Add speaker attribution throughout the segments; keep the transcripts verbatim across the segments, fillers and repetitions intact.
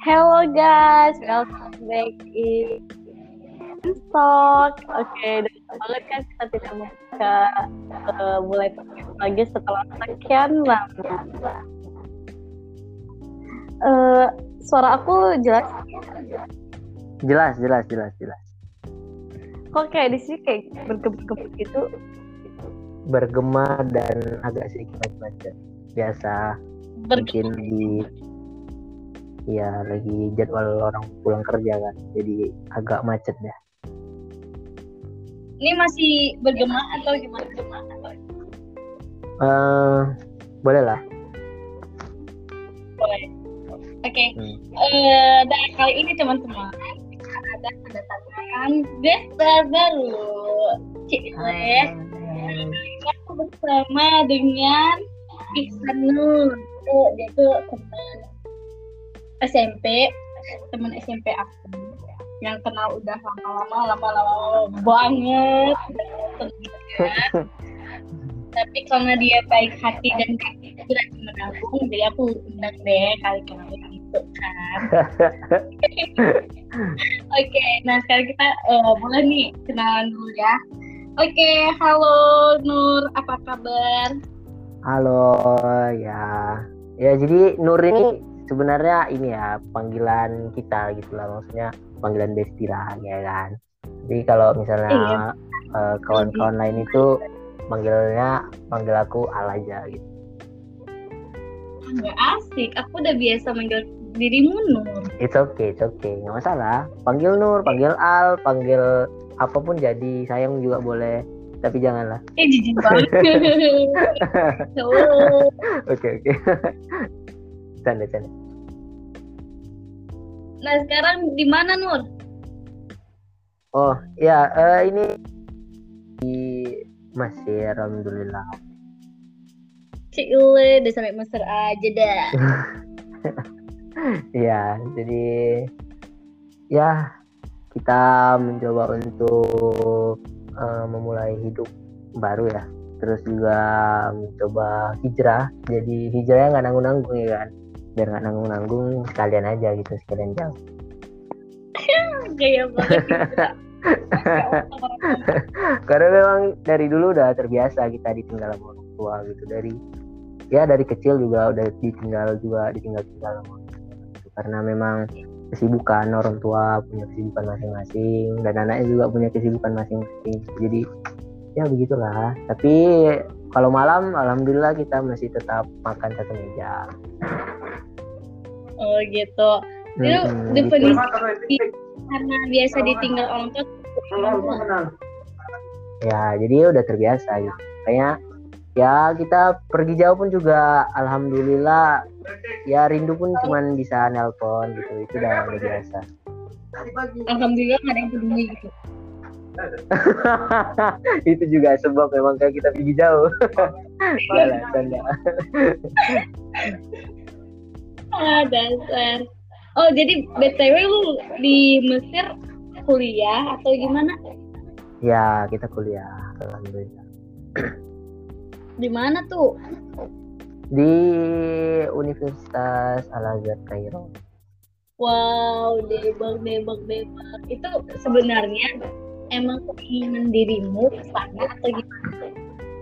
Speaker 1: Hello guys, welcome back in Talk. Oke, udah lama banget kan kita tidak bisa uh, mulai podcast lagi setelah sekian lama. Uh, suara aku jelas?
Speaker 2: Jelas, jelas, jelas, jelas.
Speaker 1: Kok kayak di sini kayak bergema-gema gitu?
Speaker 2: Bergema dan agak sedikit macet. Biasa. Mungkin di ya lagi jadwal orang pulang kerja kan, jadi agak macet dah.
Speaker 1: Ini masih bergema atau gimana?
Speaker 2: Uh, boleh lah.
Speaker 1: Boleh. Oke. Okay.
Speaker 2: Hmm.
Speaker 1: Uh, dan kali ini teman-teman kita ada kedatangan guest baru, Cile. Aku bersama dengan Ihsan Nur. Dia tuh teman S M P, teman S M P aku yang kenal udah lama-lama, lama-lama banget. Tapi karena dia baik hati dan rajin menabung, jadi aku undang deh kali-kali gitu kan. Oke, okay, nah sekarang kita uh, boleh nih kenalan dulu ya. Oke, okay, halo Nur, apa kabar?
Speaker 2: Halo, ya, ya jadi Nur ini sebenarnya ini ya panggilan kita gitulah, maksudnya panggilan besti lah ya kan. Jadi kalau misalnya iya. uh, kawan-kawan lain itu manggilnya manggil aku Al aja gitu.
Speaker 1: Nggak asik, aku udah biasa manggil dirimu Nur.
Speaker 2: It's okay, it's okay, nggak masalah. Panggil Nur, panggil Al, panggil apapun jadi, sayang juga boleh. Tapi janganlah.
Speaker 1: Eh jijik banget.
Speaker 2: Oke oke. Canda canda.
Speaker 1: Nah sekarang di mana Nur?
Speaker 2: Oh ya uh, ini di Mesir, alhamdulillah.
Speaker 1: Cile, udah sampai Mesir aja dah.
Speaker 2: Ya jadi ya kita mencoba untuk uh, memulai hidup baru ya. Terus juga mencoba hijrah. Jadi hijrahnya nggak nanggung-nanggung ya kan. Biar nggak nanggung-nanggung sekalian aja gitu, sekalian jauh.
Speaker 1: Gaya banget gitu.
Speaker 2: Karena memang dari dulu udah terbiasa kita ditinggal sama orang tua gitu, dari ya dari kecil juga udah ditinggal juga ditinggal-tinggal sama orang tua gitu. Karena memang kesibukan orang tua punya kesibukan masing-masing dan anaknya juga punya kesibukan masing-masing. Jadi ya begitulah. Tapi kalau malam alhamdulillah kita masih tetap makan satu meja.
Speaker 1: Oh gitu. Itu hmm, definisi gitu. Karena biasa ditinggal orang tua.
Speaker 2: Ya, jadi udah terbiasa gitu. Kayak ya kita pergi jauh pun juga alhamdulillah ya rindu pun cuman bisa nelpon gitu. Itu udah udah biasa.
Speaker 1: Alhamdulillah nggak ada yang peduli gitu.
Speaker 2: Itu juga sebab memang kayak kita pergi jauh. Salah, salah.
Speaker 1: Ah, dasar. Oh, jadi B T W lu di Mesir kuliah atau gimana?
Speaker 2: Ya, kita kuliah. Alhamdulillah.
Speaker 1: Di mana tuh?
Speaker 2: Di Universitas Al-Azhar Kairo.
Speaker 1: Wow, debak, debak, debak. Itu sebenarnya emang keinginan dirimu kesana atau gimana? Eh,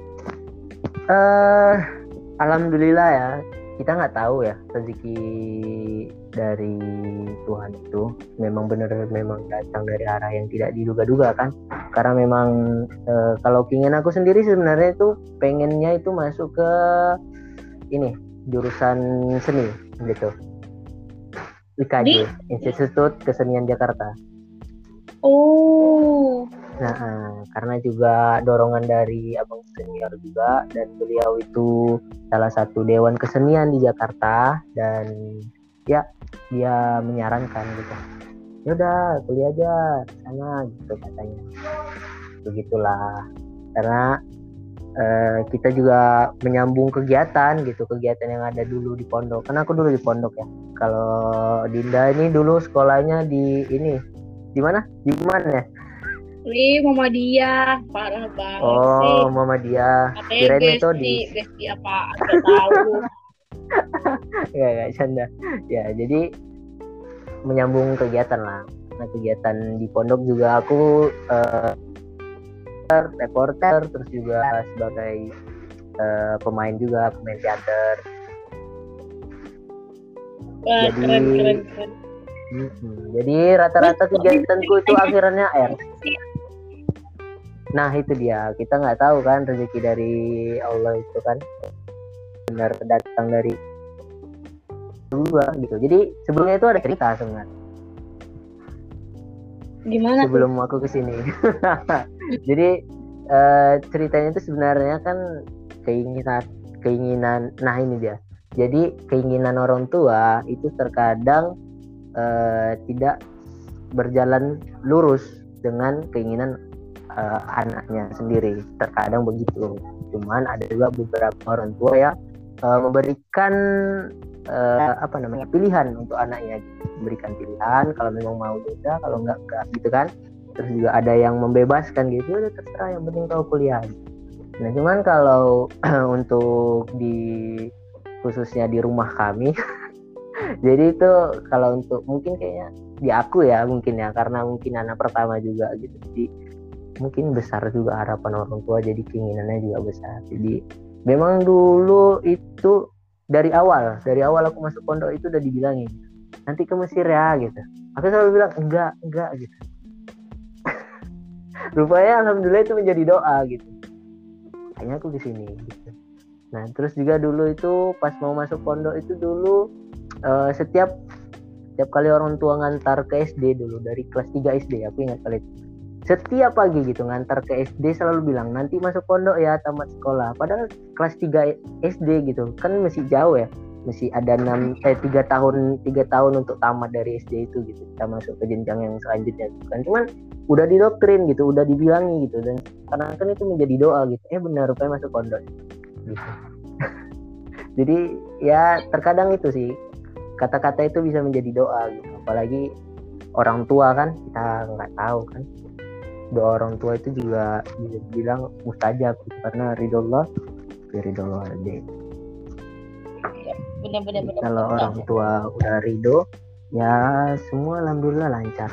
Speaker 2: uh, alhamdulillah ya. Kita nggak tahu ya rezeki dari Tuhan itu memang benar memang datang dari arah yang tidak diduga-duga kan. Karena memang e, kalau keinginan aku sendiri sebenarnya itu pengennya itu masuk ke ini jurusan seni gitu. I K J, Institut Kesenian Jakarta.
Speaker 1: Oh.
Speaker 2: Nah, karena juga dorongan dari abang senior juga, dan beliau itu salah satu dewan kesenian di Jakarta, dan ya dia menyarankan gitu. Ya udah kuliah aja sana gitu katanya. Begitulah. Karena eh, kita juga menyambung kegiatan gitu, kegiatan yang ada dulu di pondok. Karena aku dulu di pondok ya. Kalau Dinda ini dulu sekolahnya di ini di mana? Di mana ya?
Speaker 1: Wih, Muhammadiyah, parah banget
Speaker 2: oh,
Speaker 1: sih.
Speaker 2: Oh, Muhammadiyah.
Speaker 1: Kirain metodis. Besti apa? Enggak tahu.
Speaker 2: Enggak, enggak canda. Ya, jadi menyambung kegiatan lah. Nah kegiatan di pondok juga aku uh, reporter, terus juga sebagai uh, pemain juga, pemain teater.
Speaker 1: Wah,
Speaker 2: jadi
Speaker 1: keren, keren, keren.
Speaker 2: Hmm, jadi rata-rata kegiatanku itu akhirnya R. Nah itu dia, kita nggak tahu kan rezeki dari Allah itu kan benar datang dari dua gitu. Jadi sebelumnya itu ada cerita sebenarnya.
Speaker 1: Gimana
Speaker 2: sebelum
Speaker 1: tuh?
Speaker 2: aku kesini. Jadi uh, ceritanya itu sebenarnya kan keinginan keinginan. Nah ini dia. Jadi keinginan orang tua itu terkadang uh, tidak berjalan lurus dengan keinginan uh, anaknya sendiri. Terkadang begitu. Cuman ada juga beberapa orang tua yang uh, memberikan uh, apa namanya pilihan untuk anaknya, memberikan pilihan kalau memang mau udah, kalau enggak enggak gitu kan. Terus juga ada yang membebaskan gitu, udah terserah yang penting kau kuliah. Nah cuman kalau untuk di khususnya di rumah kami jadi itu kalau untuk mungkin kayaknya di aku ya mungkin ya karena mungkin anak pertama juga gitu, jadi mungkin besar juga harapan orang tua, jadi keinginannya juga besar. Jadi memang dulu itu dari awal dari awal aku masuk pondok itu udah dibilangin nanti ke Mesir ya gitu. Aku selalu bilang enggak enggak gitu. Rupanya alhamdulillah itu menjadi doa gitu, kayaknya aku kesini gitu. Nah terus juga dulu itu pas mau masuk pondok itu dulu uh, setiap setiap kali orang tua ngantar ke S D dulu dari kelas tiga S D, aku ingat kali itu setiap pagi gitu ngantar ke S D selalu bilang nanti masuk pondok ya tamat sekolah. Padahal kelas tiga S D gitu kan masih jauh ya, masih ada enam eh tiga tahun tiga tahun untuk tamat dari S D itu gitu, kita masuk ke jenjang yang selanjutnya gitu kan. Cuman udah didoktrin gitu, udah dibilangi gitu, dan karena kan itu menjadi doa gitu, eh benar rupanya masuk pondok gitu. Jadi ya terkadang itu sih kata-kata itu bisa menjadi doa gitu, apalagi orang tua kan kita nggak tahu kan, doa orang tua itu juga bisa dibilang mustajab gitu, karena ridho Allah ridho Allah deh.
Speaker 1: Benar-benar.
Speaker 2: Kalau orang tua udah ridho ya semua alhamdulillah lancar.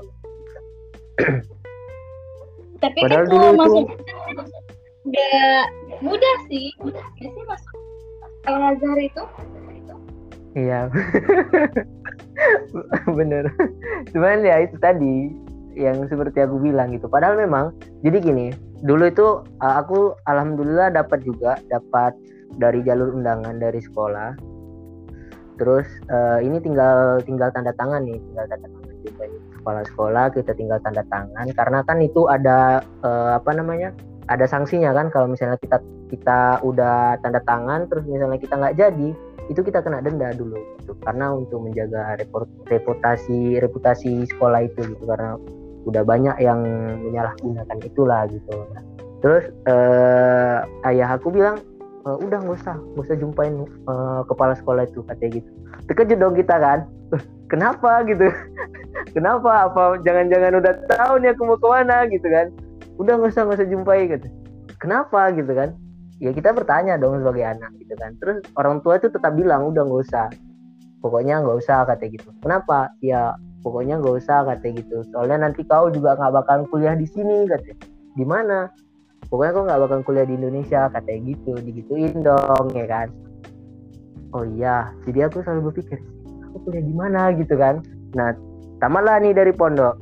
Speaker 1: Tapi
Speaker 2: padahal
Speaker 1: kan
Speaker 2: dulu
Speaker 1: kalau
Speaker 2: itu
Speaker 1: masuk nggak mudah sih, biasanya masuk Al-Azhar itu.
Speaker 2: Iya. Bener. Cuman ya itu tadi yang seperti aku bilang gitu. Padahal memang jadi gini, dulu itu aku alhamdulillah dapat juga dapat dari jalur undangan dari sekolah. Terus uh, ini tinggal tinggal tanda tangan nih, tinggal tanda tangan juga kepala sekolah, kita tinggal tanda tangan karena kan itu ada uh, apa namanya? Ada sanksinya kan kalau misalnya kita kita udah tanda tangan terus misalnya kita nggak jadi, itu kita kena denda dulu gitu. Karena untuk menjaga reputasi reputasi sekolah itu gitu, karena udah banyak yang menyalahgunakan itulah gitu. Nah, terus eh, ayah aku bilang e, udah nggak usah nggak usah jumpain eh, kepala sekolah itu, katanya gitu. Terkejut dong kita kan, kenapa gitu? Kenapa? Apa jangan-jangan udah tahu nih aku mau kemana gitu kan? Udah nggak usah nggak usah jumpai gitu. Kenapa gitu kan? Ya kita bertanya dong sebagai anak gitu kan. Terus orang tua itu tetap bilang udah nggak usah, pokoknya nggak usah, katanya gitu. Kenapa? Ya pokoknya nggak usah, katanya gitu. Soalnya nanti kau juga nggak bakal kuliah di sini, katanya. Di mana? Pokoknya kau nggak bakal kuliah di Indonesia, katanya gitu. Digituin dong ya kan. Oh iya, jadi aku selalu berpikir aku kuliah di mana gitu kan. Nah tamatlah nih dari pondok,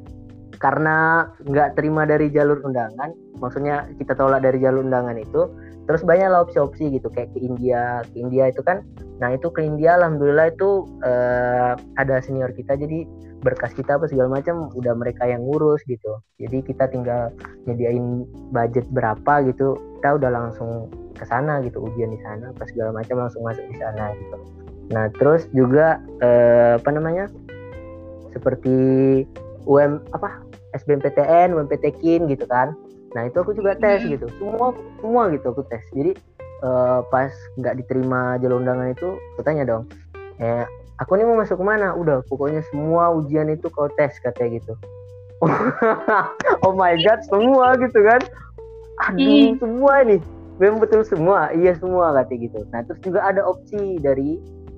Speaker 2: karena nggak terima dari jalur undangan, maksudnya kita tolak dari jalur undangan itu, terus banyaklah opsi-opsi gitu kayak ke India, ke India itu kan. Nah itu ke India alhamdulillah itu eh, ada senior kita, jadi berkas kita apa segala macam udah mereka yang ngurus gitu. Jadi kita tinggal nyediain budget berapa gitu, kita udah langsung ke sana gitu, ujian di sana, apa segala macam langsung masuk di sana gitu. Nah terus juga eh, apa namanya seperti U M apa S B M P T N, U M P T K I N gitu kan. Nah itu aku juga tes gitu, semua semua gitu aku tes. Jadi uh, pas nggak diterima jalur undangan itu, aku tanya dong, eh aku ini mau masuk kemana? Udah pokoknya semua ujian itu kau tes, katanya gitu. Oh my god, semua gitu kan? Aduh semua ini, memang betul semua, iya semua, katanya gitu. Nah terus juga ada opsi dari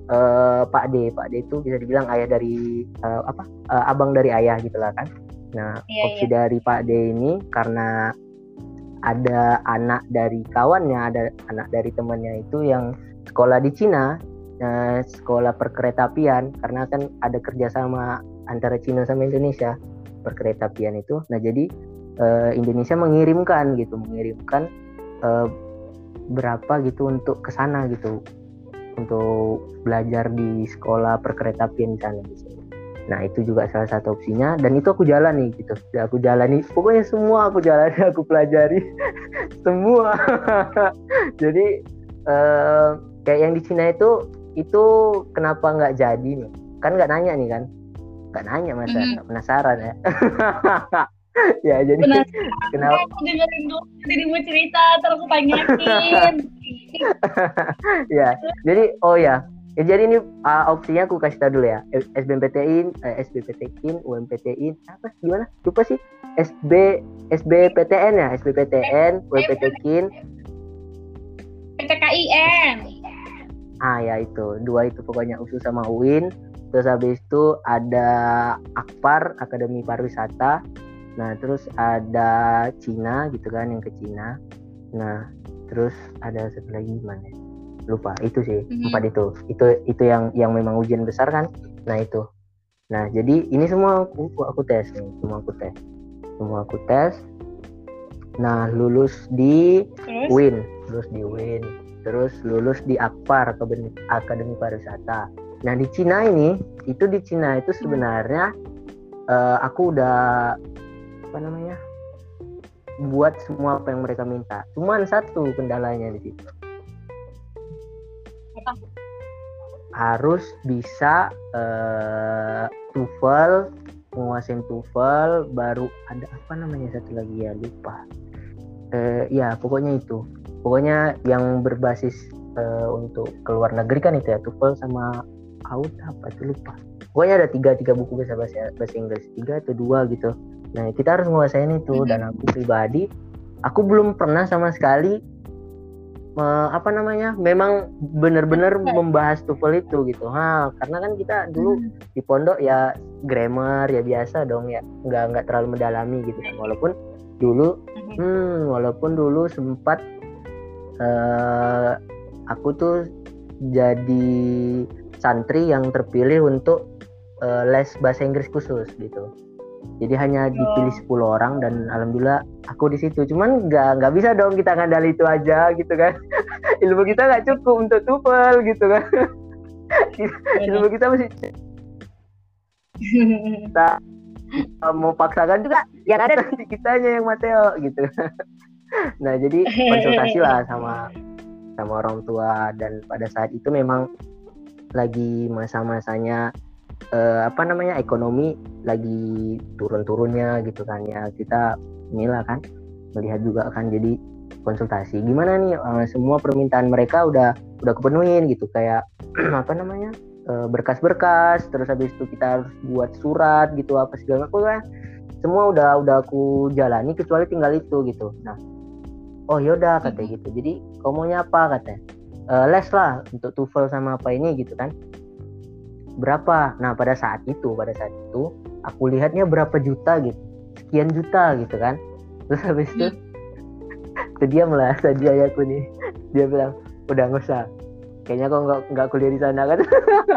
Speaker 2: uh, Pak D. Pak D itu bisa dibilang ayah dari uh, apa? Uh, abang dari ayah gitulah kan. Nah,
Speaker 1: Iya,
Speaker 2: opsi
Speaker 1: iya.
Speaker 2: dari Pak D ini karena ada anak dari kawannya, ada anak dari temannya itu yang sekolah di Cina, uh, sekolah perkeretaapian, karena kan ada kerjasama antara Cina sama Indonesia perkeretaapian itu. Nah, jadi uh, Indonesia mengirimkan gitu, mengirimkan uh, berapa gitu untuk ke sana gitu, untuk belajar di sekolah perkeretaapian di sana gitu. Nah, itu juga salah satu opsinya, dan itu aku jalani gitu. Ya, aku jalani, pokoknya semua aku jalani, aku pelajari semua. Jadi eh, kayak yang di Cina itu, itu kenapa nggak jadi nih? Kan nggak nanya nih kan? Nggak nanya masa,
Speaker 1: Mhm.
Speaker 2: nggak penasaran ya? Ya jadi
Speaker 1: Penasaran,
Speaker 2: kenapa?
Speaker 1: aku dengerin dulu, jadi mau cerita, terus aku tanyain.
Speaker 2: Ya, jadi oh ya. Ya, jadi ini uh, opsinya aku kasih tahu dulu ya. S B M P T I N, eh, S B P T I N, U M P T I N, apa gimana? Lupa sih. S B S B P T N ya, S B P T N, U M P T I N.
Speaker 1: P T K I N.
Speaker 2: Ah ya itu, dua itu pokoknya, U S U sama U I N. Terus habis itu ada Akpar, Akademi Pariwisata. Nah, terus ada Cina gitu kan, yang ke Cina. Nah, terus ada satu lagi mana? Lupa, itu sih, mm-hmm. empat itu. Itu itu yang yang memang ujian besar kan. Nah, itu. Nah, jadi ini semua aku aku tes nih, semua aku tes. Semua aku tes. Nah, lulus di
Speaker 1: Terus?
Speaker 2: U I N, lulus di U I N. Terus lulus di Akpar, Akademi, Akademi Pariwisata. Nah, di Cina ini, itu di Cina itu sebenarnya uh, aku udah apa namanya? buat semua apa yang mereka minta. Cuman satu kendalanya di situ.
Speaker 1: Apa?
Speaker 2: Harus bisa uh, TOEFL, menguasain TOEFL, baru ada apa namanya satu lagi ya, lupa. Uh, ya pokoknya itu. Pokoknya yang berbasis uh, untuk keluar negeri kan itu ya, TOEFL sama A U T apa itu lupa. Pokoknya ada tiga tiga buku bahasa bahasa bahasa Inggris, tiga atau dua gitu. Nah, kita harus menguasain itu. Mm-hmm. Dan aku pribadi, aku belum pernah sama sekali me, apa namanya, memang benar-benar membahas TOEFL itu gitu. Ha, karena kan kita dulu mm-hmm. di pondok ya grammar ya biasa dong ya, nggak nggak terlalu mendalami gitu kan. Walaupun dulu, mm-hmm. hmm, walaupun dulu sempat uh, aku tuh jadi santri yang terpilih untuk uh, les bahasa Inggris khusus gitu. Jadi hanya dipilih sepuluh orang dan alhamdulillah aku di situ. Cuman nggak nggak bisa dong kita ngandali itu aja gitu kan. Ilmu kita nggak cukup untuk TOEFL gitu kan. Ilmu kita masih kita mau paksakan juga yang ada nanti kitanya yang Mateo gitu. Nah, jadi konsultasi lah sama sama orang tua, dan pada saat itu memang lagi masa-masanya Uh, apa namanya ekonomi lagi turun-turunnya gitu kan ya, kita inilah kan melihat juga kan, jadi konsultasi gimana nih uh, semua permintaan mereka udah udah kepenuhin gitu, kayak apa namanya uh, berkas-berkas, terus habis itu kita harus buat surat gitu apa segala macam kan, semua udah udah aku jalani kecuali tinggal itu gitu. Nah, oh yaudah katanya gitu, jadi kamu maunya apa katanya, uh, les lah untuk TOEFL sama apa ini gitu kan. Berapa? Nah, pada saat itu, pada saat itu aku lihatnya berapa juta gitu, sekian juta gitu kan. Terus habis itu terdiam lah saja ya aku nih. Dia bilang, udah nggak usah. Kayaknya kok nggak nggak kuliah di sana kan.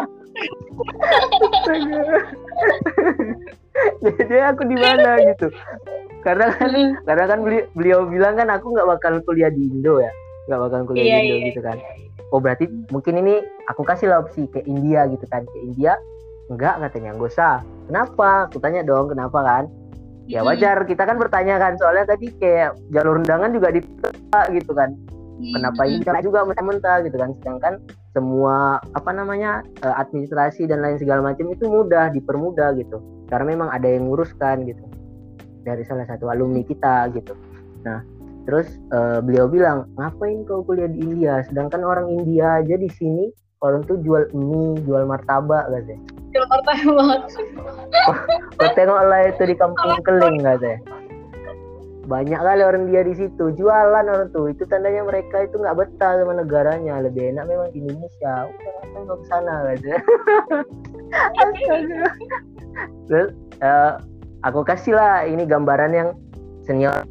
Speaker 2: Jadi aku di mana gitu. Karena kan, karena kan beliau, beliau bilang kan aku nggak bakal kuliah di Indo ya, nggak bakal kuliah yeah, di Indo yeah. gitu kan. Oh berarti mungkin ini aku kasih lah opsi ke India gitu kan, ke India. Enggak katanya, nggak usah. Kenapa? Aku tanya dong kenapa kan. Ya wajar, kita kan bertanya kan, soalnya tadi kayak jalur undangan juga ditolak gitu kan. Kenapa ini kan juga mentah-mentah gitu kan. Sedangkan semua apa namanya administrasi dan lain segala macam itu mudah, dipermudah gitu. Karena memang ada yang nguruskan gitu. Dari salah satu alumni kita gitu. Nah, terus uh, beliau bilang, ngapain kau kuliah di India? Sedangkan orang India aja di sini orang tuh jual mie, jual martabak katanya.
Speaker 1: Jual martabak.
Speaker 2: Kau tengok lah itu di Kampung Keling katanya. banyak kali orang dia di situ jualan orang tuh, itu tandanya mereka itu nggak betah sama negaranya, lebih enak memang di Indonesia, udah ngapain kau kesana gitu. Astaga. Terus uh, aku kasih lah ini gambaran yang senior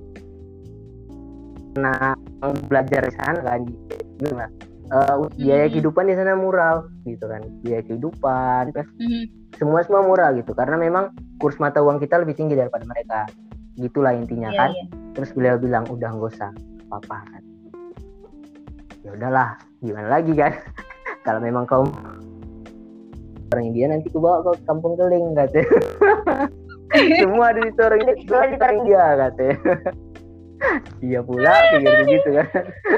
Speaker 2: nah belajar di sana kan, gimana uh, biaya kehidupan di sana murah gitu kan, biaya kehidupan mm-hmm. semua semua murah gitu, karena memang kurs mata uang kita lebih tinggi daripada mereka. Gitulah intinya yeah, kan. Yeah. Terus beliau bilang udah nggak usah apa-apa kan. Ya udahlah, gimana lagi kan? Kalau memang kau orang India nanti ku bawa kau ke kampung keling katanya. Semua di situ orang India, jual di orang India katanya. Iya pula pikir begitu kan.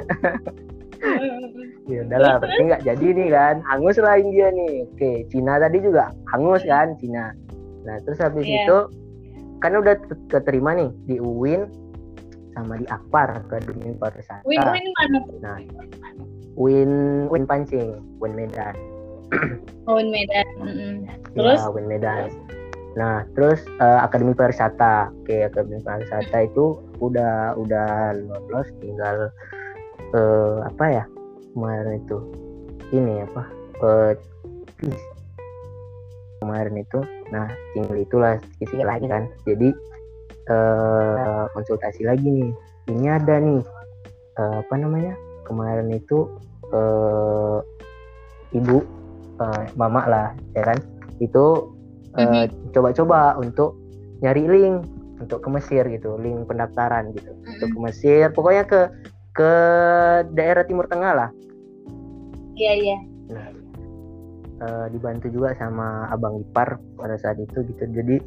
Speaker 2: Ya udahlah, berarti nggak jadi nih kan. Hangus lah India nih. Oke, Cina tadi juga hangus kan, Cina. Nah terus habis yeah. itu kan udah keterima nih di U I N sama di Akbar, Akademi Pariwisata.
Speaker 1: U I N U I N mana?
Speaker 2: Nah, U I N U I N Pancing, U I N Medan.
Speaker 1: Oh, U I N Medan. Mm-hmm. Terus? Ya,
Speaker 2: U I N Medan. Nah, terus uh, Akademi Pariwisata. Oke, Akademi Pariwisata itu udah udah lolos, tinggal uh, apa ya? Kemarin itu ini apa? Uh, kemarin itu. Nah, tinggal itulah sedikit lagi kan. Jadi uh, konsultasi lagi nih. Ini ada nih uh, apa namanya? Kemarin itu uh, ibu uh, mama lah, ya kan? Itu uh, mm-hmm. coba-coba untuk nyari link untuk ke Mesir gitu, link pendaftaran gitu. Mm-hmm. Untuk ke Mesir, pokoknya ke ke daerah Timur Tengah lah.
Speaker 1: Iya, iya.
Speaker 2: Nah, uh, dibantu juga sama abang ipar pada saat itu gitu. Jadi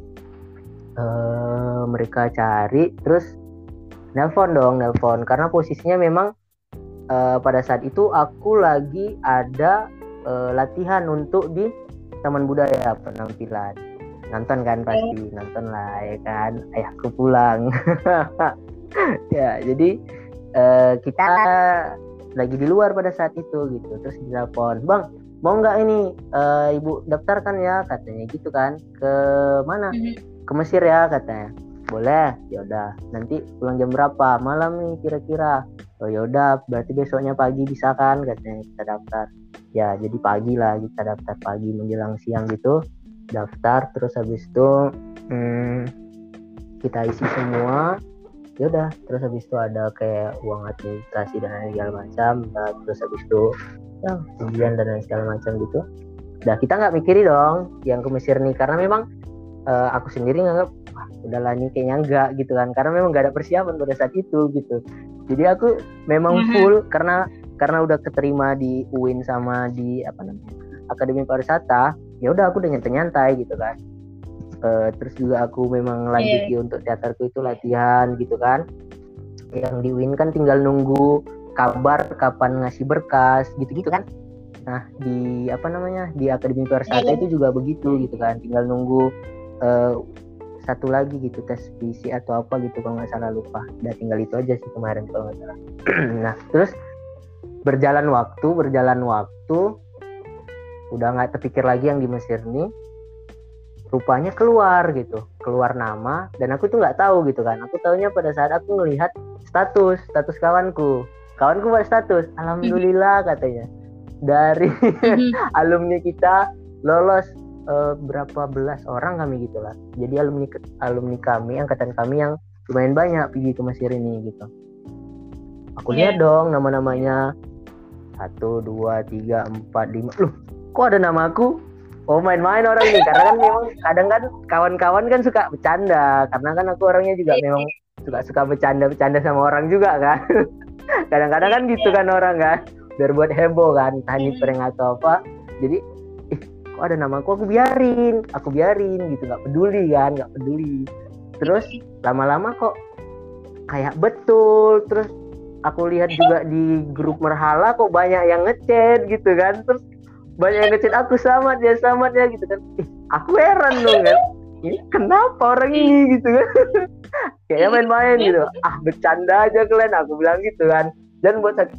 Speaker 2: uh, mereka cari, terus nelpon dong, nelpon karena posisinya memang uh, pada saat itu aku lagi ada uh, latihan untuk di Taman Budaya penampilan. Nonton kan pasti, nonton lah ya kan. Ayahku pulang. Ya, jadi uh, kita lagi di luar pada saat itu gitu. Terus ditelepon, "Bang, mau nggak ini uh, ibu daftarkan ya," katanya gitu kan, "ke mana?" Mm-hmm. "Ke Mesir ya," katanya. "Boleh." "Ya udah, nanti pulang jam berapa?" "Malam nih kira-kira." "Oh ya udah, berarti besoknya pagi bisa kan," katanya, "kita daftar." Ya jadi pagi lah kita daftar, pagi menjelang siang gitu daftar. Terus habis itu hmm, kita isi semua. Ya udah, terus habis itu ada kayak uang administrasi dan lain segala macam. Nah, terus habis itu ya ujian dan lain segala macam gitu. Nah, kita nggak mikirin dong yang ke Mesir nih, karena memang uh, aku sendiri nganggap wah udahlah nih kayaknya enggak gitu kan, karena memang nggak ada persiapan pada saat itu gitu. Jadi aku memang full mm-hmm. karena karena udah keterima di U I N sama di apa namanya Akademi Pariwisata. Ya udah aku udah nyantai-nyantai gitu kan. Uh, terus juga aku memang lanjut yeah. untuk teaterku itu latihan gitu kan. Yang di U I N kan tinggal nunggu kabar kapan ngasih berkas gitu-gitu kan. Nah di apa namanya di Akademi Pariwisata yeah. itu juga begitu gitu kan, tinggal nunggu uh, satu lagi gitu tes P C atau apa gitu kalau nggak salah, lupa. Udah tinggal itu aja sih kemarin kalau nggak salah. Nah terus berjalan waktu berjalan waktu udah nggak terpikir lagi yang di Mesir nih. Rupanya keluar gitu, keluar nama, dan aku tuh nggak tahu gitu kan. Aku taunya pada saat aku ngelihat status, status kawanku. Kawanku buat status, alhamdulillah katanya. Dari alumni kita lolos uh, berapa belas orang kami gitu lah. Jadi alumni alumni kami, angkatan kami yang lumayan banyak pergi ke Mesir ini gitu. Aku lihat dong nama-namanya satu, dua, tiga, empat, lima. Loh, kok ada nama aku? Oh main-main orang ini, karena kan memang kadang kan kawan-kawan kan suka bercanda, karena kan aku orangnya juga memang suka-suka bercanda-bercanda sama orang juga kan. Kadang-kadang kan gitu kan orang kan, biar buat heboh kan, entah ini prank atau apa. Jadi, ih kok ada nama aku, aku biarin, aku biarin gitu, nggak peduli kan, nggak peduli. Terus lama-lama kok kayak betul, terus aku lihat juga di grup Merhala kok banyak yang ngechat gitu kan, terus banyak yang ngechat aku, selamat ya selamat ya gitu kan. Ih, aku heran dong kan, ini kenapa orang ini gitu kan. Kayaknya main-main gitu, ah bercanda aja kalian, aku bilang gitu kan. Dan buat saya,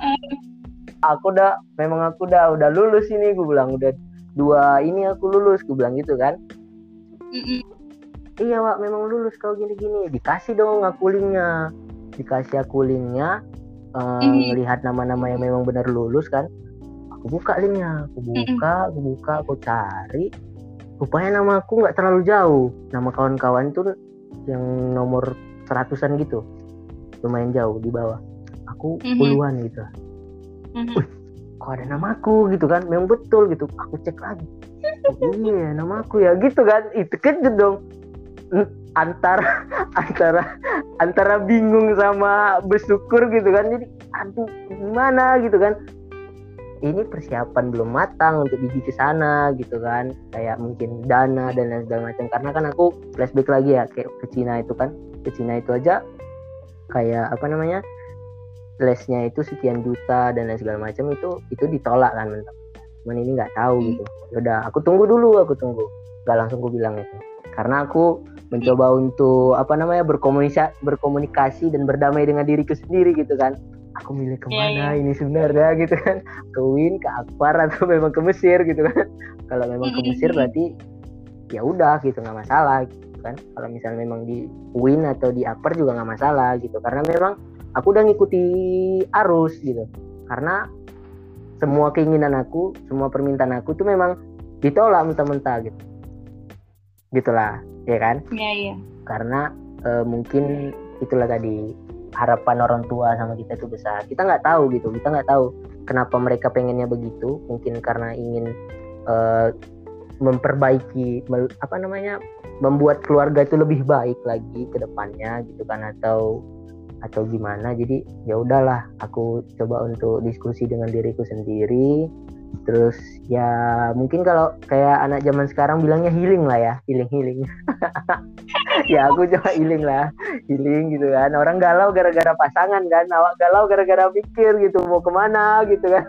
Speaker 2: aku udah memang aku udah udah lulus ini, gue bilang udah dua ini aku lulus, gue bilang gitu kan. Iya Wak, memang lulus kau gini-gini. Dikasih dong aku linknya. dikasih aku linknya, uh,
Speaker 1: Mhm.
Speaker 2: ngelihat nama-nama yang memang benar lulus kan. Aku buka linknya, aku buka, aku buka, aku cari. Rupanya nama aku nggak terlalu jauh. Nama kawan-kawan tuh yang nomor seratusan gitu, lumayan jauh di bawah. Aku
Speaker 1: Mhm.
Speaker 2: puluhan gitu.
Speaker 1: Mhm.
Speaker 2: Wih, kok ada namaku gitu kan? Memang betul gitu. Aku cek lagi. Iya, namaku ya gitu kan. Itu kejut dong. Antara antara antara bingung sama bersyukur gitu kan. Jadi aduh gimana gitu kan. Ini persiapan belum matang untuk pergi ke sana gitu kan, kayak mungkin dana dan lain segala macam. Karena kan aku flashback lagi ya, kayak ke Cina itu kan, ke Cina itu aja kayak apa namanya, lesnya itu sekian juta dan lain segala macam, itu itu ditolak kan mentah. Cuman ini nggak tahu gitu. Yaudah, aku tunggu dulu, aku tunggu. Gak langsung aku bilang itu, karena aku mencoba untuk apa namanya berkomunikasi, berkomunikasi dan berdamai dengan diriku sendiri gitu kan. Aku milih kemana yeah, yeah. ini sebenarnya gitu kan, ke U I N, ke Akbar, atau memang ke Mesir gitu kan. Kalau memang ke Mesir berarti ya udah gitu, nggak masalah gitu kan. Kalau misalnya memang di U I N atau di Akbar juga nggak masalah gitu, karena memang aku udah ngikuti arus gitu. Karena semua keinginan aku, semua permintaan aku tuh memang ditolak mentah-mentah gitu, gitulah ya kan.
Speaker 1: Iya yeah, iya yeah.
Speaker 2: Karena e, mungkin itulah tadi, harapan orang tua sama kita itu besar. Kita nggak tahu gitu, kita nggak tahu kenapa mereka pengennya begitu. Mungkin karena ingin uh, memperbaiki, mel, apa namanya, membuat keluarga itu lebih baik lagi ke depannya gitu kan, atau atau gimana. Jadi ya udahlah, aku coba untuk diskusi dengan diriku sendiri. Terus ya mungkin kalau kayak anak zaman sekarang bilangnya healing lah ya, healing healing. Ya aku coba healing lah, healing gitu kan. Orang galau gara-gara pasangan kan, awak galau gara-gara pikir gitu mau kemana gitu kan.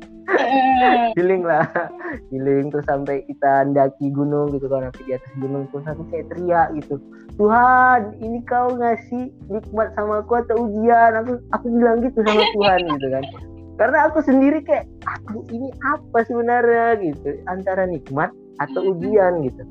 Speaker 2: Healing lah, healing. Terus sampai kita mendaki gunung gitu kan, nanti di atas gunung terus aku kayak teriak gitu, Tuhan ini kau ngasih nikmat sama aku atau ujian? Aku aku bilang gitu sama Tuhan gitu kan. Karena aku sendiri kayak, aku ini apa sebenarnya gitu, antara nikmat atau ujian gitu.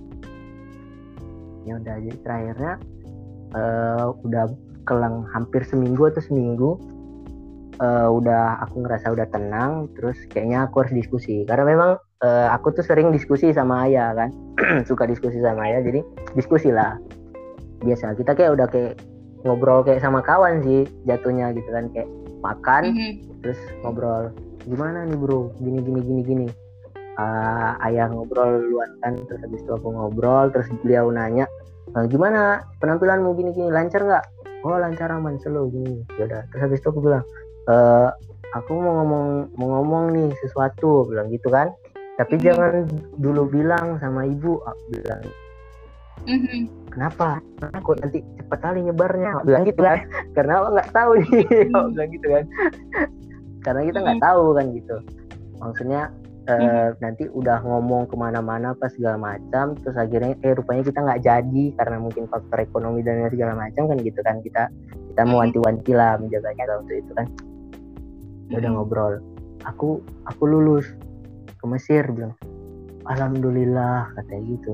Speaker 2: Ya udah, jadi terakhirnya uh, udah kelang hampir seminggu atau seminggu, uh, udah aku ngerasa udah tenang. Terus kayaknya aku harus diskusi, karena memang uh, aku tuh sering diskusi sama ayah kan. Suka diskusi sama ayah, jadi diskusi lah. Biasa kita kayak udah kayak ngobrol kayak sama kawan sih jatuhnya gitu kan, kayak makan mm-hmm. terus ngobrol, gimana nih bro, gini gini gini gini. Uh, ayah ngobrol duluan kan, terus habis itu aku ngobrol, terus beliau nanya, e, gimana penampilanmu gini gini, lancar nggak? Oh lancar, aman, slow gini. Yaudah, terus habis itu aku bilang, e, aku mau ngomong mau ngomong nih sesuatu, bilang gitu kan. Tapi mm-hmm. jangan dulu bilang sama ibu, aku bilang. Mm-hmm. Kenapa? Aku nanti cepat kali nyebarnya, aku bilang gitu kan. Karena aku nggak tahu nih, aku bilang gitu kan. Karena kita nggak mm-hmm. tahu kan gitu. Maksudnya Uh, mm-hmm. nanti udah ngomong kemana-mana pas segala macam, terus akhirnya eh rupanya kita nggak jadi karena mungkin faktor ekonomi dan segala macam kan gitu kan. Kita kita mau mm-hmm. wanti-wanti lah menjaganya waktu itu kan. Mm-hmm. Udah ngobrol, aku aku lulus ke Mesir, bilang alhamdulillah katanya gitu.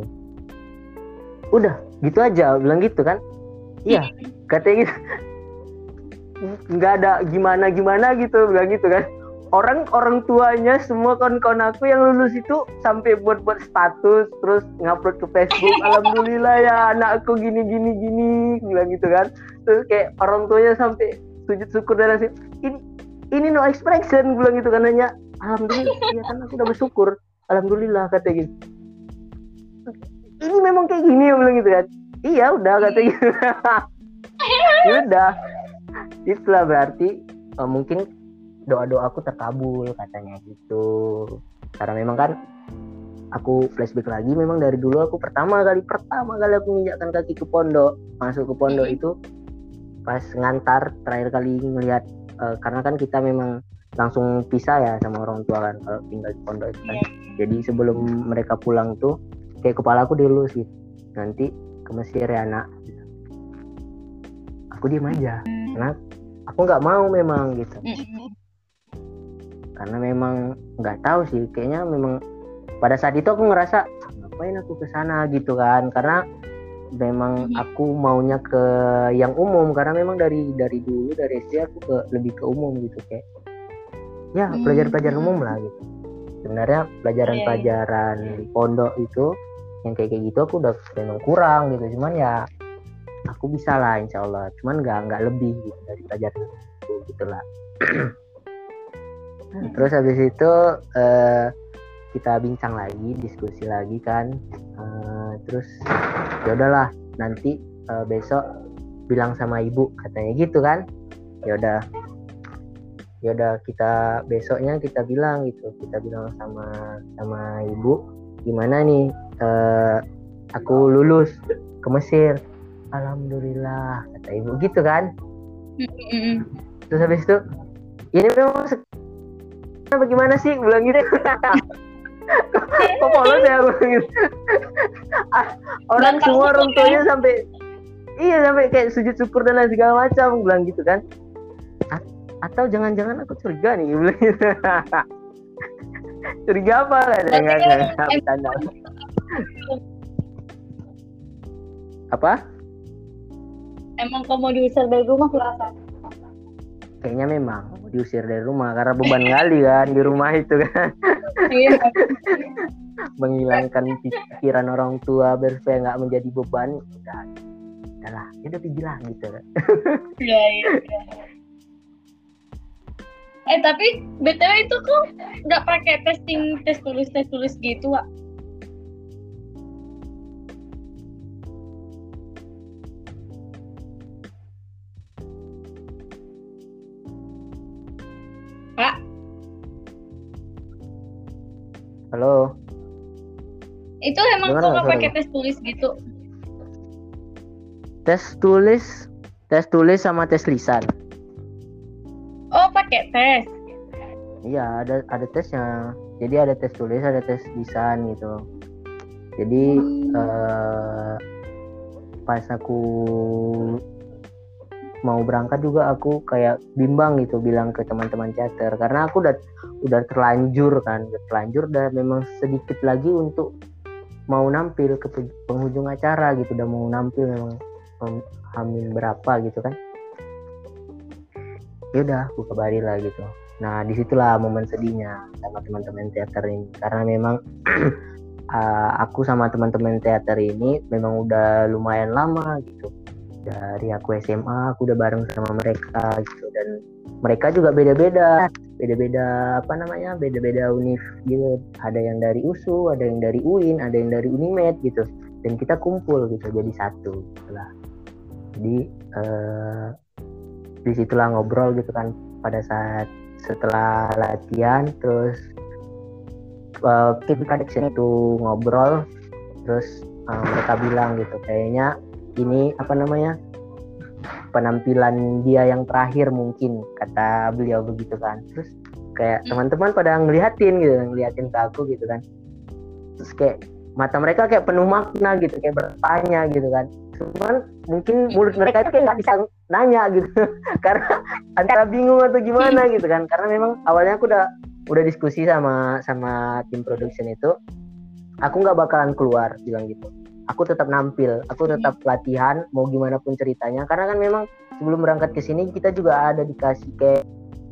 Speaker 2: Udah gitu aja bilang gitu kan. Iya mm-hmm. katanya gitu, nggak ada gimana-gimana gitu, bilang gitu kan. Orang orang tuanya semua kawan-kawan aku yang lulus itu sampai buat-buat status, terus ngupload ke Facebook, alhamdulillah ya anakku gini gini gini, bilang gitu kan. Terus kayak orang tuanya sampai sujud syukur dan nasi, ini ini no expression, bilang gitu kan, hanya alhamdulillah ya kan, aku udah bersyukur, alhamdulillah katanya gitu. Ini memang kayak gini ya, bilang gitu kan. Iya udah katanya gitu. Ya udah, itulah berarti uh, mungkin doa-doa aku terkabul katanya gitu. Karena memang kan aku flashback lagi, memang dari dulu aku pertama kali pertama kali aku menginjakkan kaki ke pondok, masuk ke pondok itu pas ngantar terakhir kali ngelihat, uh, karena kan kita memang langsung pisah ya sama orang tua kan kalau tinggal di pondok itu kan. Jadi sebelum mereka pulang tuh kayak kepala aku dilus gitu, nanti ke Mesir ya nak. Aku diem aja karena aku nggak mau memang gitu. Karena memang nggak tahu sih, kayaknya memang pada saat itu aku ngerasa ngapain aku kesana gitu kan, karena memang aku maunya ke yang umum karena memang dari dari dulu dari S D aku ke lebih ke umum gitu kayak ya
Speaker 1: Hmm.
Speaker 2: pelajaran-pelajaran umum lah gitu. Sebenarnya pelajaran-pelajaran di pondok itu yang kayak kayak gitu aku udah memang kurang gitu, cuman ya aku bisa lah insya Allah, cuman nggak nggak lebih gitu dari pelajaran itu gitulah. Terus habis itu uh, kita bincang lagi, diskusi lagi kan, uh, terus ya udahlah nanti uh, besok bilang sama ibu katanya gitu kan. Ya udah, ya udah kita besoknya kita bilang gitu, kita bilang sama sama ibu gimana nih uh, aku lulus ke Mesir, alhamdulillah kata ibu gitu kan. Terus habis itu ini memang bagaimana sih bilang gitu. Kok polos ya bilang gitu. Orang semua orang tuanya sampai iya sampai kayak sujud syukur dan lain segala macam bilang gitu kan. Atau jangan-jangan aku curiga nih bilang gitu. Curiga apa kan? Enggak enggak bercanda. Apa?
Speaker 1: Emang kamu diusir dari rumah kurasa?
Speaker 2: Kayaknya memang diusir dari rumah karena beban kali kan di rumah itu kan.
Speaker 1: Iya.
Speaker 2: Menghilangkan pikiran orang tua biar supaya nggak menjadi beban. Udah, udahlah, udah pergi lah gitu.
Speaker 1: Iya iya. Eh tapi B T W itu kok nggak pakai testing tes tulis tes tulis gitu, Wak? Pak?
Speaker 2: Halo.
Speaker 1: Itu emang kok nggak pakai tes tulis gitu?
Speaker 2: Tes tulis, tes tulis sama tes lisan.
Speaker 1: Oh pakai tes?
Speaker 2: Iya ada ada tesnya. Jadi ada tes tulis, ada tes lisan gitu. Jadi hmm. uh, pas aku mau berangkat juga aku kayak bimbang gitu bilang ke teman-teman teater karena aku udah udah terlanjur kan, udah terlanjur dan memang sedikit lagi untuk mau nampil ke penghujung acara gitu, udah mau nampil memang hamil berapa gitu kan. Ya udah aku kabari lah gitu. Nah disitulah momen sedihnya sama teman-teman teater ini karena memang uh, aku sama teman-teman teater ini memang udah lumayan lama gitu. Dari aku S M A aku udah bareng sama mereka gitu dan mereka juga beda-beda beda-beda apa namanya beda-beda univ gitu, ada yang dari U S U, ada yang dari U I N, ada yang dari Unimed gitu dan kita kumpul gitu jadi satu gitulah. Jadi eh, disitulah ngobrol gitu kan pada saat setelah latihan terus uh, keep connection itu ngobrol terus uh, mereka bilang gitu kayaknya ini apa namanya penampilan dia yang terakhir mungkin kata beliau begitu kan. Terus kayak teman-teman pada ngeliatin gitu ngeliatin ke aku gitu kan, terus kayak mata mereka kayak penuh makna gitu kayak bertanya gitu kan, cuman mungkin mulut mereka itu kayak nggak bisa nanya gitu karena antara bingung atau gimana gitu kan karena memang awalnya aku udah udah diskusi sama sama tim production itu aku nggak bakalan keluar bilang gitu. Aku tetap nampil, aku tetap latihan, mau gimana pun ceritanya. Karena kan memang sebelum berangkat ke sini kita juga ada dikasih kayak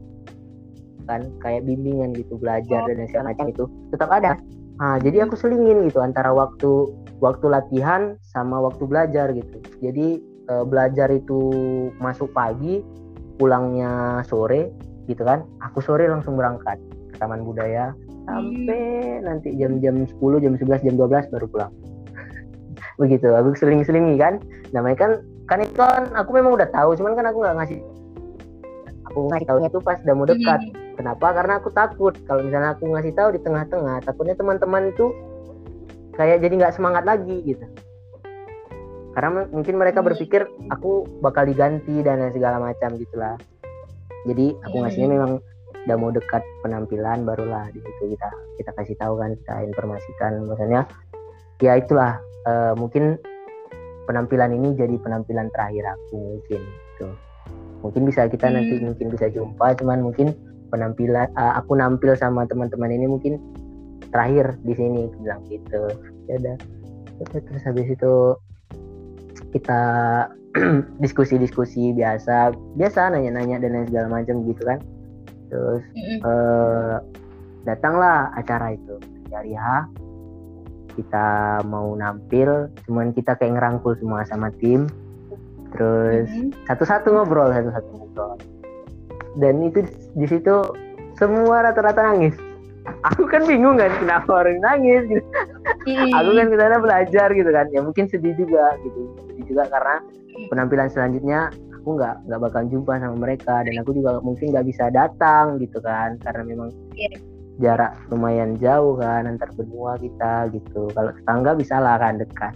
Speaker 2: kan kayak bimbingan gitu, belajar dan segala macam itu tetap ada. Nah, jadi aku selingin gitu antara waktu waktu latihan sama waktu belajar gitu. Jadi e, belajar itu masuk pagi, pulangnya sore gitu kan. Aku sore langsung berangkat ke Taman Budaya sampai nanti jam-jam sepuluh, jam sebelas, jam dua belas baru pulang. Begitu aku seling-selingi kan namanya kan kan itu kan aku memang udah tahu cuman kan aku nggak ngasih aku ngasih tahunya tuh pas udah mau dekat. Mm-hmm. Kenapa? Karena aku takut kalau misalnya aku ngasih tahu di tengah-tengah takutnya teman-teman itu kayak jadi nggak semangat lagi gitu karena m- mungkin mereka berpikir aku bakal diganti dan segala macam gitulah. Jadi aku ngasihnya memang udah mau dekat penampilan barulah di situ kita kita kasih tahu kan, kita informasikan maksudnya ya itulah. Uh, mungkin penampilan ini jadi penampilan terakhir aku mungkin gitu. Mungkin bisa kita hmm. nanti mungkin bisa jumpa cuman mungkin penampilan uh, aku nampil sama teman-teman ini mungkin terakhir di sini bilang gitu. Ya udah terus habis itu kita diskusi-diskusi biasa biasa nanya-nanya dan lain segala macam gitu kan. Terus eh, datanglah acara itu hari H, kita mau nampil, cuman kita kayak ngerangkul semua sama tim, terus mm-hmm. satu-satu ngobrol satu-satu ngobrol, dan itu di situ semua rata-rata nangis. Aku kan bingung kan kenapa orang nangis gitu. Mm-hmm. Aku kan kesana belajar gitu kan, ya mungkin sedih juga gitu, sedih juga karena penampilan selanjutnya aku nggak nggak bakal jumpa sama mereka, dan aku juga mungkin nggak bisa datang gitu kan, karena memang yeah. jarak lumayan jauh kan antar benua kita gitu. Kalau tetangga bisa lah kan dekat.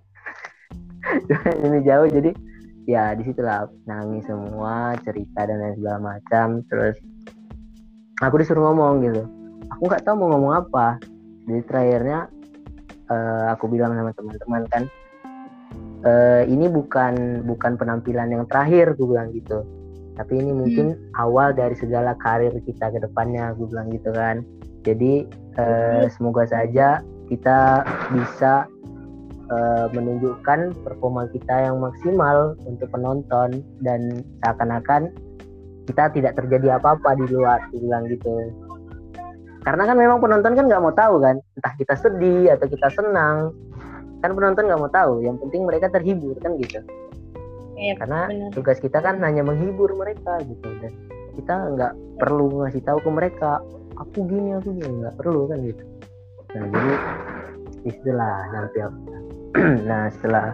Speaker 2: Ini jauh, jadi ya disitulah nangis semua, cerita dan lain segala macam. Terus aku disuruh ngomong gitu, aku nggak tahu mau ngomong apa. Jadi terakhirnya uh, aku bilang sama teman-teman kan, Uh, ini bukan bukan penampilan yang terakhir, gue bilang gitu, tapi ini mungkin hmm. awal dari segala karir kita ke depannya, gue bilang gitu kan. Jadi uh, semoga saja kita bisa uh, menunjukkan performa kita yang maksimal untuk penonton, dan seakan-akan kita tidak terjadi apa-apa di luar, gue bilang gitu. Karena kan memang penonton kan nggak mau tahu kan, entah kita sedih atau kita senang. Kan penonton nggak mau tahu, yang penting mereka terhibur kan gitu. Iya, karena bener. Tugas kita kan hanya menghibur mereka gitu, dan kita nggak perlu ngasih tahu ke mereka aku gini aku gini, nggak perlu kan gitu. Nah jadi istilah nanti nah setelah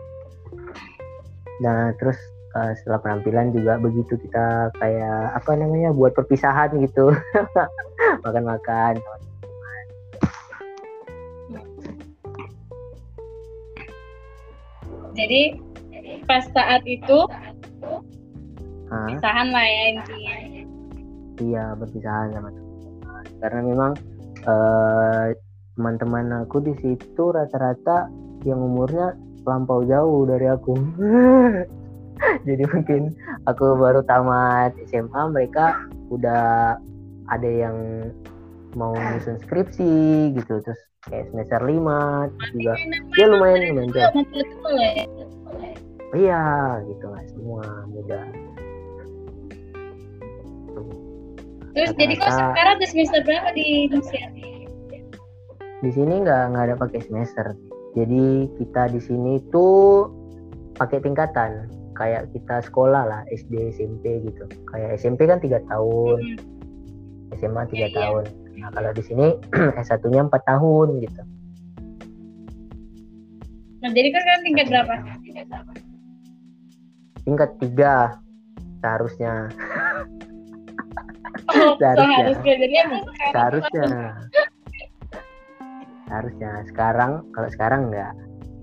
Speaker 2: nah terus uh, setelah penampilan juga begitu, kita kayak apa namanya buat perpisahan gitu. Makan-makan.
Speaker 1: Jadi pas saat itu berpisahan lah ya intinya.
Speaker 2: Iya, berpisahan sama teman. Karena memang uh, teman-teman aku di situ rata-rata yang umurnya lampau jauh dari aku. Jadi mungkin aku baru tamat S M A, mereka udah ada yang mau nyusun skripsi gitu, terus kayak semester lima, terus juga ya lumayan lumayan jauh. Iya gitu, nggak semua muda.
Speaker 1: Terus rata-rata, jadi kok sekarang di semester berapa di Indonesia?
Speaker 2: Di sini nggak nggak ada pakai semester. Jadi kita di sini tuh pakai tingkatan, kayak kita sekolah lah, S D, S M P gitu. Kayak S M P kan tiga tahun, hmm. S M A tiga ya, tahun. Iya. Nah kalau di sini S satu-nya empat tahun gitu.
Speaker 1: Nah jadi kan sekarang tingkat berapa?
Speaker 2: Tingkat tiga seharusnya.
Speaker 1: Oh, seharusnya. Jadi
Speaker 2: seharusnya. Seharusnya. Sekarang kalau sekarang enggak.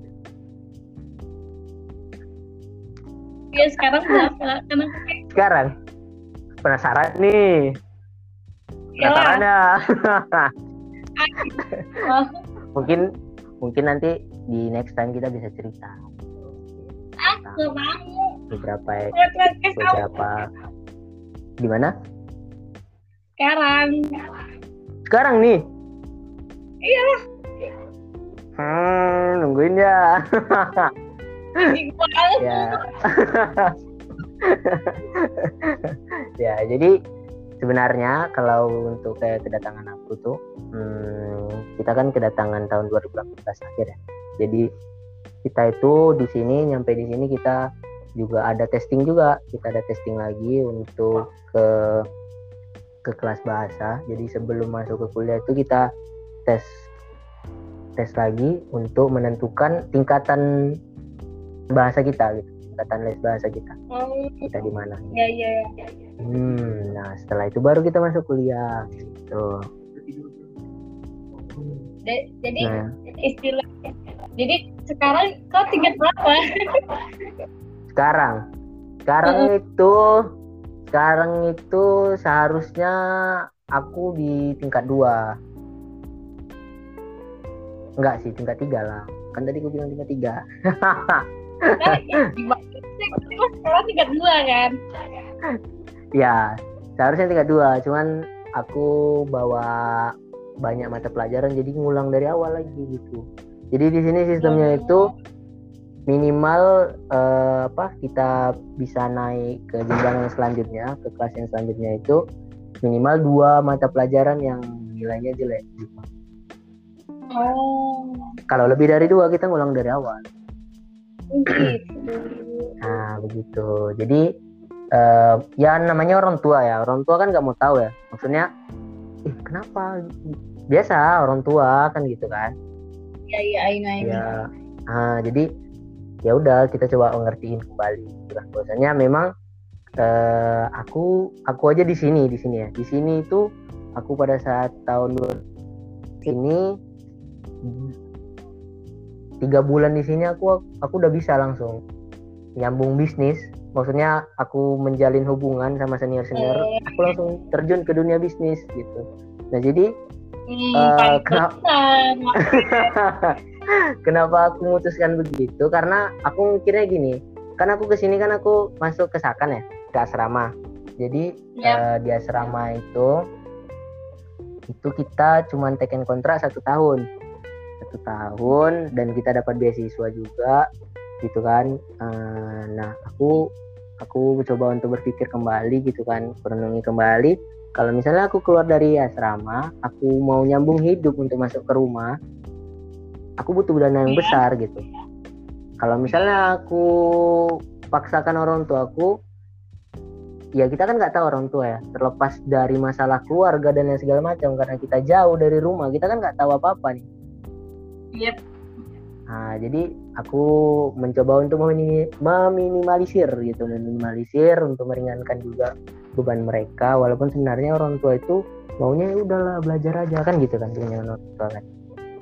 Speaker 1: Ya sekarang berapa? Karena
Speaker 2: sekarang penasaran nih. Penasaran ya. mungkin mungkin nanti di next time kita bisa cerita.
Speaker 1: Aku mau.
Speaker 2: Beberapa beberapa gimana?
Speaker 1: Sekarang.
Speaker 2: Sekarang nih.
Speaker 1: Iya.
Speaker 2: Hmm, nungguin ya. Ya. Ya, jadi sebenarnya kalau untuk kayak kedatangan aku tuh, hmm, kita kan kedatangan tahun dua ribu delapan belas akhir ya. Jadi kita itu di sini, nyampe di sini kita juga ada testing juga. Kita ada testing lagi untuk ke ke kelas bahasa. Jadi sebelum masuk ke kuliah itu kita tes tes lagi untuk menentukan tingkatan bahasa kita gitu. Tingkatan les bahasa kita. Oh. Kita di mana?
Speaker 1: Iya, iya, iya.
Speaker 2: Hmm, nah setelah itu baru kita masuk kuliah gitu.
Speaker 1: Jadi nah. istilah jadi sekarang kau tingkat berapa?
Speaker 2: Sekarang sekarang uh. itu sekarang itu seharusnya aku di tingkat dua. Enggak sih, tingkat tiga lah. Kan tadi aku bilang tingkat tiga.
Speaker 1: Sekarang tingkat dua kan?
Speaker 2: Ya, seharusnya tingkat dua, cuman aku bawa banyak mata pelajaran jadi ngulang dari awal lagi gitu. Jadi di sini sistemnya itu minimal uh, apa kita bisa naik ke jenjang yang selanjutnya, ke kelas yang selanjutnya itu minimal dua mata pelajaran yang nilainya jelek gitu.
Speaker 1: Oh.
Speaker 2: Kalau lebih dari dua kita ngulang dari awal.
Speaker 1: Begitu.
Speaker 2: Nah begitu. Jadi uh, ya namanya orang tua ya. Orang tua kan nggak mau tahu ya. Maksudnya, ih kenapa? Biasa orang tua kan gitu kan.
Speaker 1: Iya iya I know, I know.
Speaker 2: Ya. Nah, jadi ya udah kita coba ngertiin kembali. Bahwasanya memang uh, aku aku aja di sini di sini ya. Di sini itu aku pada saat tahun ini tiga bulan di sini aku aku udah bisa langsung nyambung bisnis. Maksudnya aku menjalin hubungan sama senior senior, aku langsung terjun ke dunia bisnis gitu. Nah jadi
Speaker 1: hmm,
Speaker 2: uh, kenapa kenapa aku memutuskan begitu? Karena aku mikirnya gini, kan aku kesini kan aku masuk ke Sakan ya, ke asrama. Jadi yep. uh, di asrama itu itu kita cuman teken kontrak satu tahun. satu tahun dan kita dapat beasiswa juga gitu kan. Uh, nah aku aku coba untuk berpikir kembali gitu kan, merenungi kembali kalau misalnya aku keluar dari asrama, aku mau nyambung hidup untuk masuk ke rumah, aku butuh dana yang besar gitu. Kalau misalnya aku paksakan orang tua aku, ya kita kan nggak tahu orang tua ya, terlepas dari masalah keluarga dan yang segala macam, karena kita jauh dari rumah, kita kan nggak tahu apa-apa nih.
Speaker 1: Yep.
Speaker 2: Nah, jadi aku mencoba untuk meminimalisir gitu, meminimalisir untuk meringankan juga beban mereka, walaupun sebenarnya orang tua itu maunya ya udahlah belajar aja kan gitu kan, dengan orang tua kan.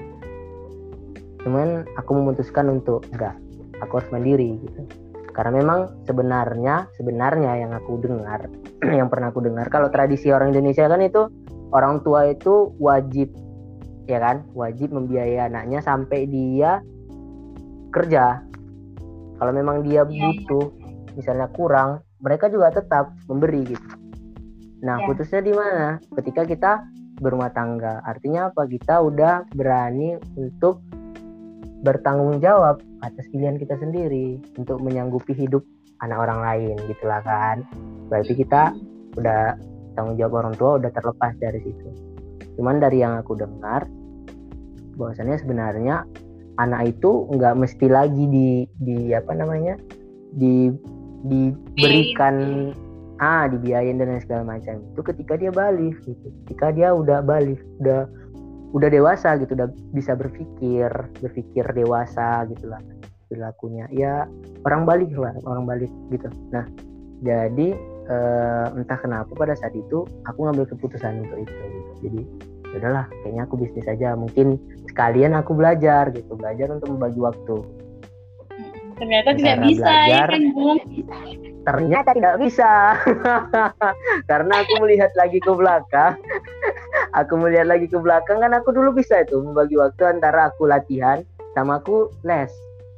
Speaker 2: Cuman aku memutuskan untuk enggak, aku harus mandiri gitu. Karena memang sebenarnya sebenarnya yang aku dengar, yang pernah aku dengar, kalau tradisi orang Indonesia kan itu orang tua itu wajib, ya kan, wajib membiayai anaknya sampai dia kerja. Kalau memang dia butuh, misalnya kurang, mereka juga tetap memberi gitu. Nah, ya. Putusnya di mana? Ketika kita berumah tangga. Artinya apa? Kita udah berani untuk bertanggung jawab atas pilihan kita sendiri untuk menyanggupi hidup anak orang lain, gitulah kan. Berarti kita udah tanggung jawab orang tua udah terlepas dari situ. Cuman dari yang aku dengar, bahwasannya sebenarnya anak itu nggak mesti lagi di di apa namanya di diberikan ah dibiayain dan segala macam itu ketika dia balik gitu, ketika dia udah balik, udah udah dewasa gitu, udah bisa berpikir berpikir dewasa gitulah perilakunya, ya orang balik lah orang balik gitu. Nah jadi eh, entah kenapa pada saat itu aku ngambil keputusan untuk itu gitu. Jadi udahlah kayaknya aku bisnis aja, mungkin sekalian aku belajar gitu, belajar untuk membagi waktu.
Speaker 1: Ternyata tidak bisa belajar, ya kan Bung?
Speaker 2: Ternyata tidak bisa. Karena aku melihat lagi ke belakang aku melihat lagi ke belakang kan aku dulu bisa itu membagi waktu antara aku latihan sama aku les.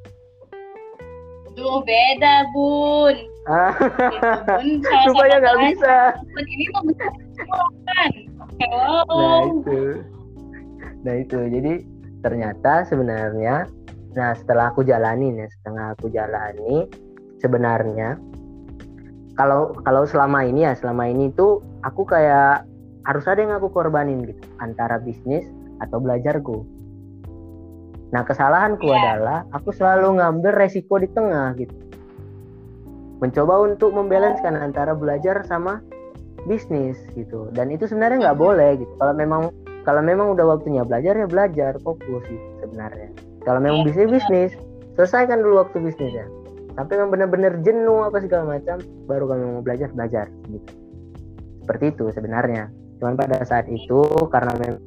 Speaker 1: Duh beda Bun.
Speaker 2: Bun supaya nggak bisa.
Speaker 1: Ini mau kan.
Speaker 2: Nah itu, nah itu, jadi ternyata sebenarnya, nah setelah aku jalanin ya, setelah aku jalani, sebenarnya kalau kalau selama ini ya, selama ini tuh aku kayak harus ada yang aku korbanin gitu, antara bisnis atau belajarku. Nah kesalahanku yeah. adalah aku selalu ngambil resiko di tengah gitu, mencoba untuk membalanskan antara belajar sama bisnis gitu, dan itu sebenarnya nggak boleh gitu. Kalau memang kalau memang udah waktunya belajar ya belajar, fokus gitu sebenarnya. Kalau memang bisnis bisnis selesaikan dulu waktu bisnisnya sampai memang benar-benar jenuh apa segala macam, baru kalau mau belajar belajar gitu. Seperti itu sebenarnya. Cuman pada saat itu karena memang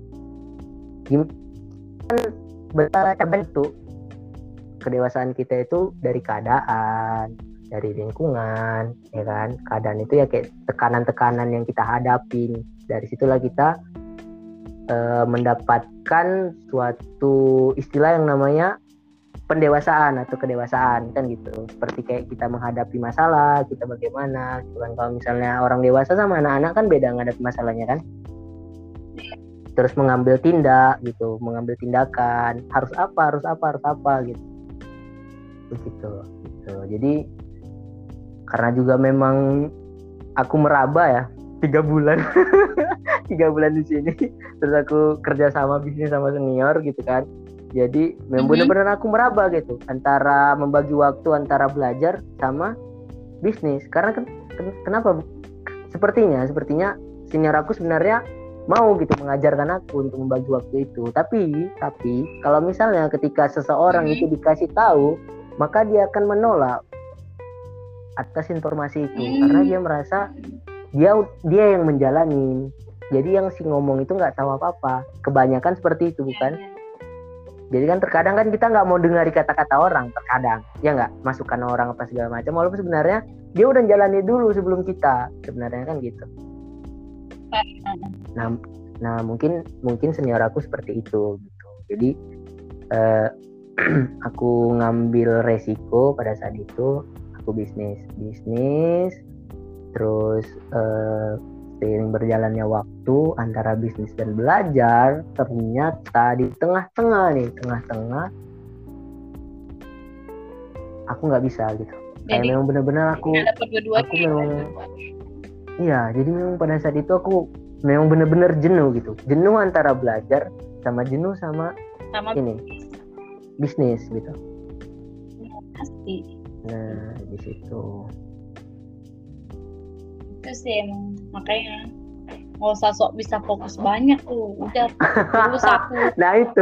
Speaker 2: kan bentuk kedewasaan kita itu dari keadaan, dari lingkungan, ya kan. Keadaan itu ya kayak tekanan-tekanan yang kita hadapin. Dari situlah kita e, mendapatkan suatu istilah yang namanya pendewasaan atau kedewasaan kan gitu. Seperti kayak kita menghadapi masalah, kita bagaimana gitu kan. Kalau misalnya orang dewasa sama anak-anak kan beda menghadapi masalahnya kan. Terus mengambil tindak gitu, mengambil tindakan, harus apa, harus apa, harus apa gitu. begitu gitu. Jadi karena juga memang aku meraba ya tiga bulan tiga bulan di sini, terus aku kerja sama bisnis sama senior gitu kan. Jadi memang mm-hmm. benar-benar aku meraba gitu antara membagi waktu antara belajar sama bisnis. Karena ken- ken- kenapa? Sepertinya sepertinya senior aku sebenarnya mau gitu mengajarkan aku untuk membagi waktu itu. Tapi tapi kalau misalnya ketika seseorang mm-hmm. itu dikasih tahu, maka dia akan menolak atas informasi itu mm-hmm. karena dia merasa dia dia yang menjalani. Jadi yang si ngomong itu nggak tahu apa-apa. Kebanyakan seperti itu bukan? Jadi kan terkadang kan kita nggak mau dengar kata-kata orang, terkadang ya nggak, masukan orang apa segala macam. Walaupun sebenarnya dia udah jalani dulu sebelum kita, sebenarnya kan gitu. Nah, nah mungkin mungkin senior aku seperti itu gitu. Jadi eh, aku ngambil resiko pada saat itu, aku bisnis, bisnis, terus eh, seiring berjalannya waktu antara bisnis dan belajar, ternyata di tengah-tengah nih, tengah-tengah aku nggak bisa gitu. Kayak memang benar-benar aku, aku memang, iya. Jadi memang pada saat itu aku memang benar-benar jenuh gitu, jenuh antara belajar sama jenuh sama, sama ini bisnis gitu.
Speaker 1: Pasti.
Speaker 2: Nah di situ.
Speaker 1: Itu sih emang makanya nggak usah sok bisa fokus banyak tuh, udah terus aku
Speaker 2: nah itu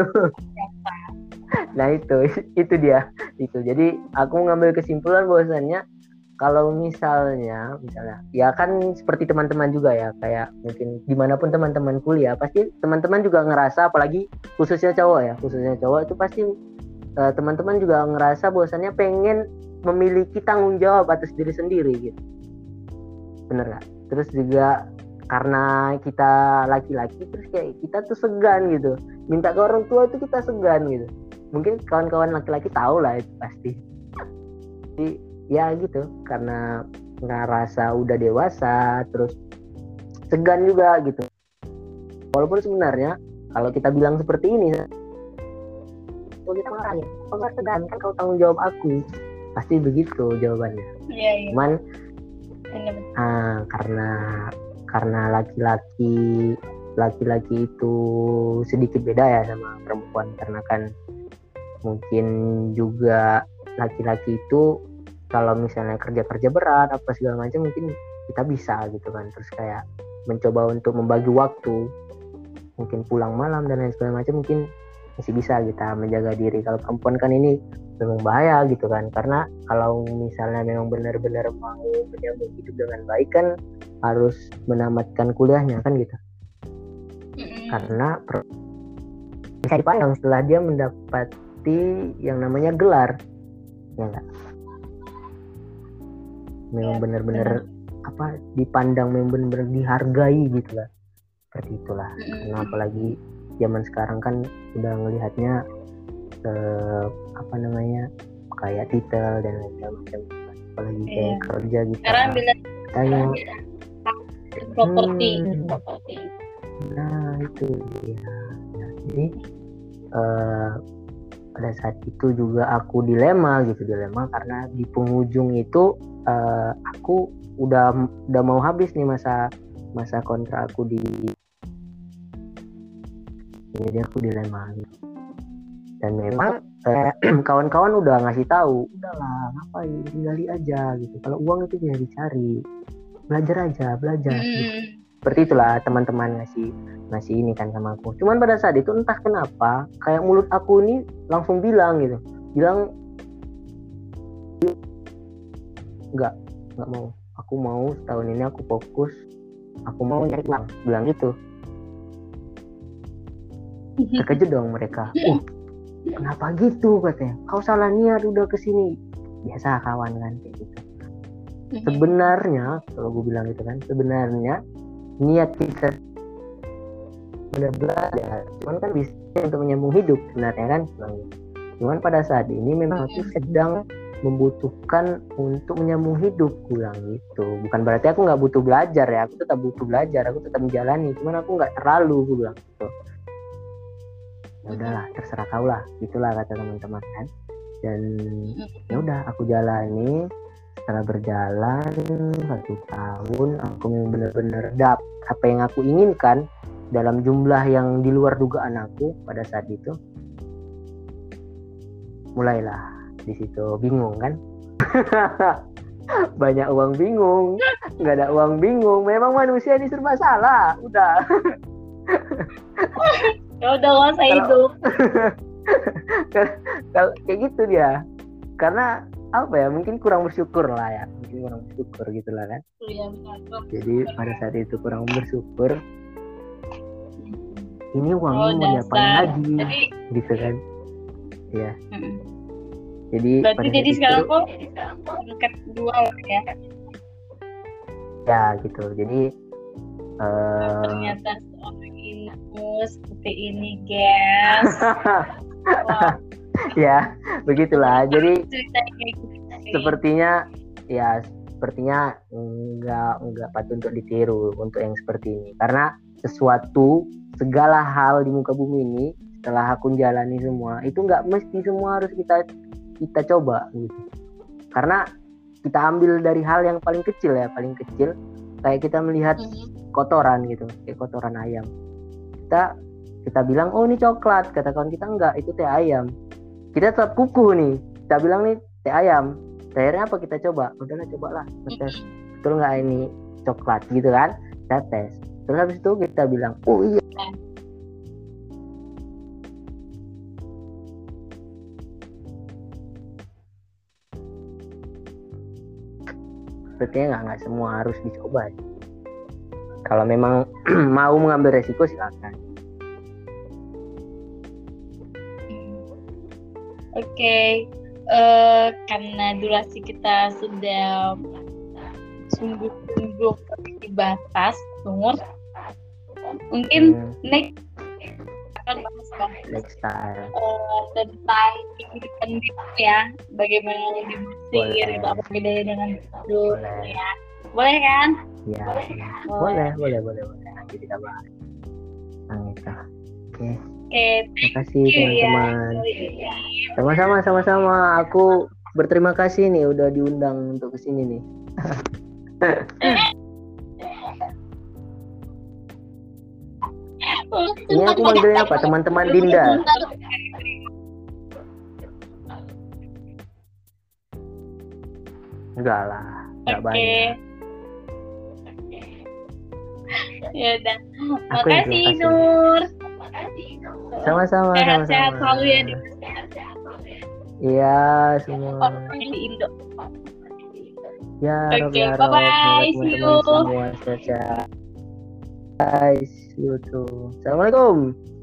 Speaker 2: nah itu itu dia itu. Jadi aku mengambil kesimpulan bahwasannya kalau misalnya misalnya ya kan seperti teman-teman juga ya, kayak mungkin dimanapun teman-teman kuliah pasti teman-teman juga ngerasa, apalagi khususnya cowok ya khususnya cowok itu pasti uh, teman-teman juga ngerasa bahwasannya pengen memiliki tanggung jawab atas diri sendiri gitu. Bener gak? Terus juga karena kita laki-laki terus kayak kita tuh segan gitu, minta ke orang tua itu kita segan gitu. Mungkin kawan-kawan laki-laki tahu lah itu pasti. Jadi ya gitu, karena ngerasa udah dewasa terus segan juga gitu. Walaupun sebenarnya kalau kita bilang seperti ini, kalau kita marah ya, kok gak segan, kan kau tanggung jawab aku, pasti begitu jawabannya.
Speaker 1: Iya, iya.
Speaker 2: Cuman Ah, karena karena laki-laki laki-laki itu sedikit beda ya sama perempuan, karena kan mungkin juga laki-laki itu kalau misalnya kerja-kerja berat apa segala macam mungkin kita bisa gitu kan, terus kayak mencoba untuk membagi waktu, mungkin pulang malam dan lain segala macam mungkin masih bisa kita menjaga diri. Kalau perempuan kan ini memang bahaya gitu kan, karena kalau misalnya memang benar-benar mau menyambung hidup dengan baik kan harus menamatkan kuliahnya kan gitu. Mm-hmm. Karena per- bisa dipandang setelah dia mendapati yang namanya gelar, ya enggak? Memang ya, benar-benar benar. apa dipandang, memang benar-benar dihargai gitu lah, seperti itulah. Mm-hmm. Karena apalagi zaman sekarang kan udah ngelihatnya eh, apa namanya kayak titel dan lain macam, apalagi yeah. kayak kerja gitu.
Speaker 1: Sekarang bilang
Speaker 2: tanya
Speaker 1: properti,
Speaker 2: hmm,
Speaker 1: properti.
Speaker 2: Nah itu ya. Nah, jadi eh, pada saat itu juga aku dilema gitu, dilema karena di penghujung itu eh, aku udah udah mau habis nih masa masa kontrak aku di, jadi aku dilema gitu. Dan memang eh, kawan-kawan udah ngasih tahu, udahlah ngapain, tinggali aja gitu, kalau uang itu bisa dicari, belajar aja belajar hmm. gitu. Seperti itulah teman-teman ngasih ngasih ini kan sama aku. Cuman pada saat itu entah kenapa kayak mulut aku ini langsung bilang gitu, bilang enggak enggak mau, aku mau tahun ini aku fokus, aku mau nyari uang, bilang gitu. Terkejut dong mereka. Uh, kenapa gitu katanya? Kau salah niat udah kesini. Biasa kawan kan kayak gitu. Sebenarnya kalau gue bilang gitu kan, sebenarnya niat kita udah belajar, cuman kan bisa untuk menyambung hidup sebenarnya kan. Cuman pada saat ini memang aku sedang membutuhkan untuk menyambung hidup, kurang gitu. Bukan berarti aku nggak butuh belajar ya, aku tetap butuh belajar, aku tetap menjalani. Cuman aku nggak terlalu, gue bilang gitu. Ya udahlah, terserah kau lah, gitulah kata teman-teman kan. Dan ya udah aku jalani. Setelah berjalan satu tahun, aku benar-benar dap apa yang aku inginkan dalam jumlah yang di luar dugaan aku pada saat itu. Mulailah di situ bingung kan. Banyak uang bingung, nggak ada uang bingung. Memang manusia ini serba salah. Udah.
Speaker 1: Ya udah nggak usah hidup.
Speaker 2: Kalau kayak gitu dia, karena apa ya? Mungkin kurang bersyukur lah ya. Mungkin kurang bersyukur gitulah kan.
Speaker 1: Iya,
Speaker 2: Jadi pada saat itu kurang bersyukur. Ini
Speaker 1: Oh,
Speaker 2: uangnya mau diapain
Speaker 1: dasar.
Speaker 2: lagi?
Speaker 1: Jadi,
Speaker 2: Gitu kan? Ya.
Speaker 1: mm.
Speaker 2: Jadi
Speaker 1: berarti
Speaker 2: pada
Speaker 1: jadi
Speaker 2: saat
Speaker 1: sekarang
Speaker 2: itu,
Speaker 1: kok dekat dua lah ya.
Speaker 2: ya gitu. Jadi eh,
Speaker 1: Ternyata seorang ilmu seperti ini, guys. Wah,
Speaker 2: ya begitulah. Jadi
Speaker 1: ceritanya kayak gitu.
Speaker 2: sepertinya ya sepertinya enggak enggak patut untuk ditiru untuk yang seperti ini, karena sesuatu segala hal di muka bumi ini setelah aku jalani semua itu enggak mesti semua harus kita kita coba gitu, karena kita ambil dari hal yang paling kecil ya paling kecil kayak kita melihat
Speaker 1: Mhm.
Speaker 2: kotoran gitu, kayak kotoran ayam, kita kita bilang oh ini coklat, kata kawan kita enggak, itu teh ayam, kita tetap kukuh nih, kita bilang nih teh ayam. Akhirnya apa, kita coba, udahlah cobalah tes betul nggak ini coklat gitu kan, kita tes, terus habis itu kita bilang oh iya sepertinya nggak nggak semua harus dicoba. Kalau memang mau mengambil resiko silakan.
Speaker 1: Oke, eh, karena durasi kita sudah sungguh-sungguh di batas umur, mungkin
Speaker 2: Hmm,
Speaker 1: next akan bahas-bahas
Speaker 2: next time
Speaker 1: eh, tentang kehidupan hidup ya, bagaimana di Mesir,
Speaker 2: Boleh.
Speaker 1: gitu, apa bedanya dengan hidup,
Speaker 2: Boleh.
Speaker 1: ya, boleh kan?
Speaker 2: ya boleh boleh boleh boleh nanti kita bahas tentang itu. Oke,
Speaker 1: Oke,
Speaker 2: terima kasih
Speaker 1: thank you ya.
Speaker 2: teman-teman. Sama-sama sama-sama. Aku berterima kasih nih udah diundang untuk kesini nih. Ini aku manggilnya apa? Teman-teman Dinda. Enggak lah, enggak
Speaker 1: Oke.
Speaker 2: banyak.
Speaker 1: Ya udah.
Speaker 2: Aku yang
Speaker 1: Makasih
Speaker 2: terima kasih.
Speaker 1: Nur.
Speaker 2: Sama-sama,
Speaker 1: Sehat-sehat
Speaker 2: sama-sama.
Speaker 1: selalu ya di
Speaker 2: Iya, semua.
Speaker 1: orang di Indo.
Speaker 2: Ya, Rob,
Speaker 1: Oke,
Speaker 2: ya, Rob.
Speaker 1: bye-bye.
Speaker 2: Semoga
Speaker 1: See
Speaker 2: teman-teman
Speaker 1: you.
Speaker 2: semua sehat. Bye, see you too. Assalamualaikum.